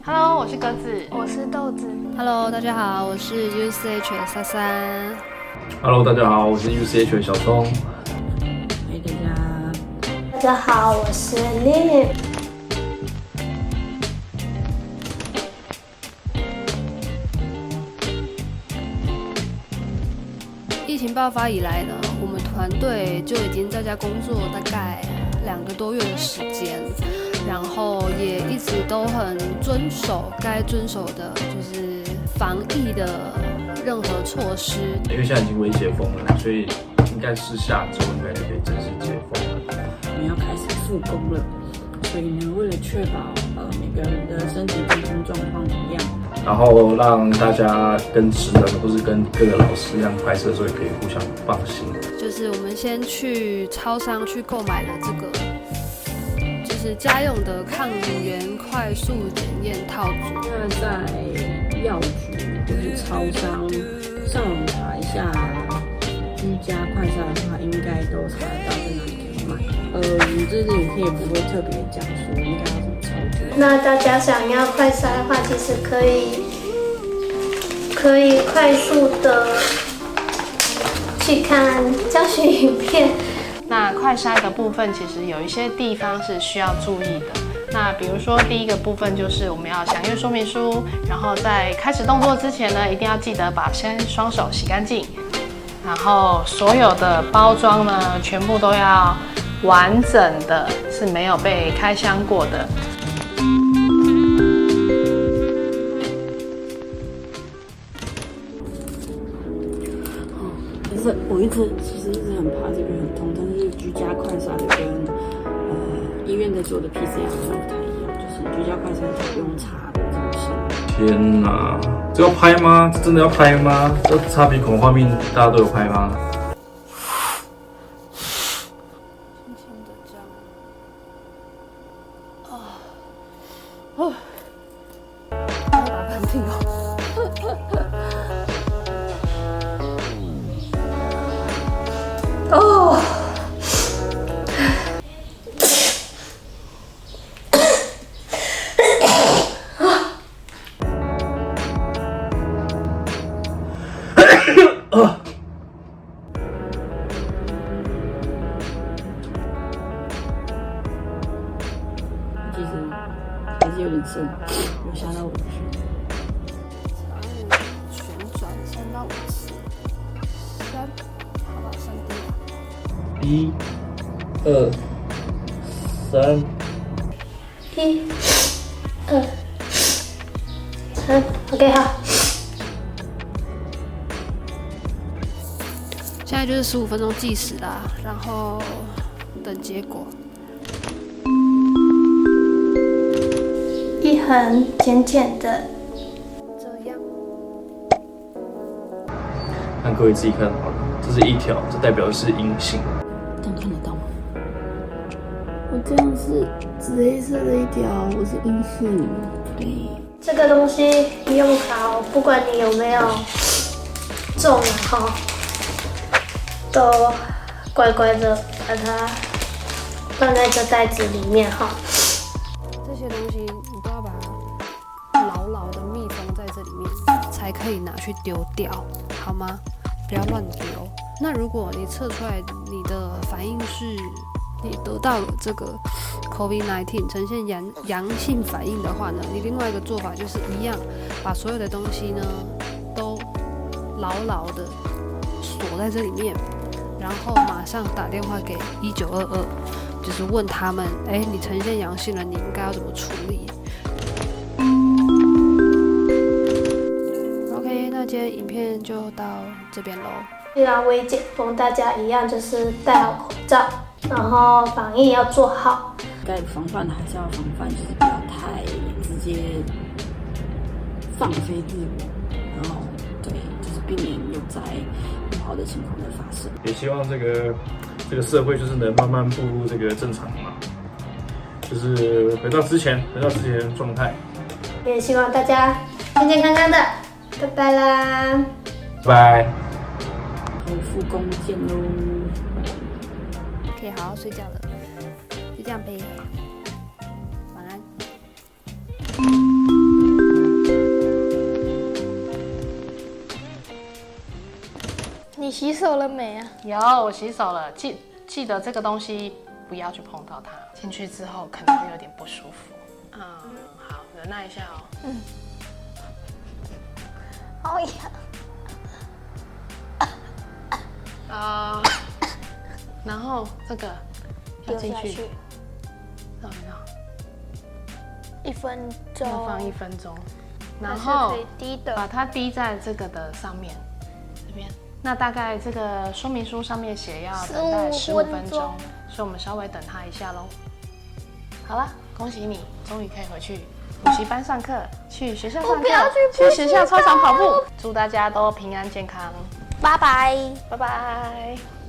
Hello， 我是鸽子， 我是豆子。 Hello， 大家好，我是 UCH 的33。 Hello， 大家好，我是 UCH 的小聪。 大家好，我是 Lily。 疫情爆发以来呢，我们团队就已经在家工作大概2个多月的时间，然后也一直都很遵守该遵守的，就是防疫的任何措施。 因为现在已经微解封了，所以应该是下周应该就可以正式解封了。 我们要开始复工了，所以呢，为了确保每个人的身体健康状况一样， 然后让大家跟职人或是跟各个老师一样拍摄的时候也可以互相放心。 就是我们先去超商去购买了这个，就是家用的抗原快速检验套组。 那在药局或是超商上网查一下居家快筛的话，应该都查得到在哪里可以买。我们这支影片也不会特别讲说应该要怎么操作。 那大家想要快筛的话，其实可以快速的去看教学影片。 那快筛的部分其实有一些地方是需要注意的。那比如说第一个部分就是我们要详阅说明书，然后在开始动作之前呢，一定要记得把双手洗干净，然后所有的包装呢全部都要完整的，是没有被开箱过的。 可是我其实一直很怕这边很痛，但是居家快筛的跟医院在做的 PCR 好像不太一样，就是居家快筛它不用插的这么深。 天哪，这要拍吗？这真的要拍吗？这插鼻孔画面大家都有拍吗？ 轻轻的这样。打喷嚏哦。 哦， 其实还是有点深，有吓到我去。 旋转3到5次，3，好吧，3D 吧。 1、2、3。 1、2、3 ，OK， 好。 现在就是15分钟计时啦，然后等结果。 一横浅浅的， 这样。 让各位自己看好了，这是1条，这代表的是阴性。 这样看得到吗？我这样是紫黑色的一条，我是阴性。对， 这个东西不用考，不管你有没有中哈，都乖乖的把它放在这袋子里面哈。 这些东西你都要把它牢牢的密封在这里面，才可以拿去丢掉，好吗？不要乱丢。那如果你测出来你的反应是你得到了这个 COVID-19 呈现阳性反应的话呢，你另外一个做法就是一样，把所有的东西呢都牢牢的锁在这里面，然后马上打电话给1922，就是问他们，你呈现阳性了，你应该要怎么处理 ？OK， 那今天影片就到这边喽。 虽然微解封，大家一样就是戴好口罩，然后防疫要做好。 该防范的还是要防范，就是不要太直接放飞自我，然后对，就是避免有灾不好的情况的发生。 也希望这个社会就是能慢慢步入这个正常嘛，就是回到之前的状态。 也希望大家健健康康的，拜拜啦！ 拜拜。 后复工见喽。 可以好好睡觉了，就这样呗，晚安。 你洗手了没啊？ 有，我洗手了，记得这个东西不要去碰到它，进去之后可能会有点不舒服。好，忍耐一下哦。 好痒。 然后这个要进去， 丢下去让 1分钟， 要放1分钟，然它后是可以滴的。 把它滴在这个的上面，这边。那大概这个说明书上面写要等待15分钟，所以我们稍微等它一下咯。好了，恭喜你，终于可以回去补习班上课，去学校上课， 我不要去学校操场跑步。祝大家都平安健康， 拜拜。 拜拜。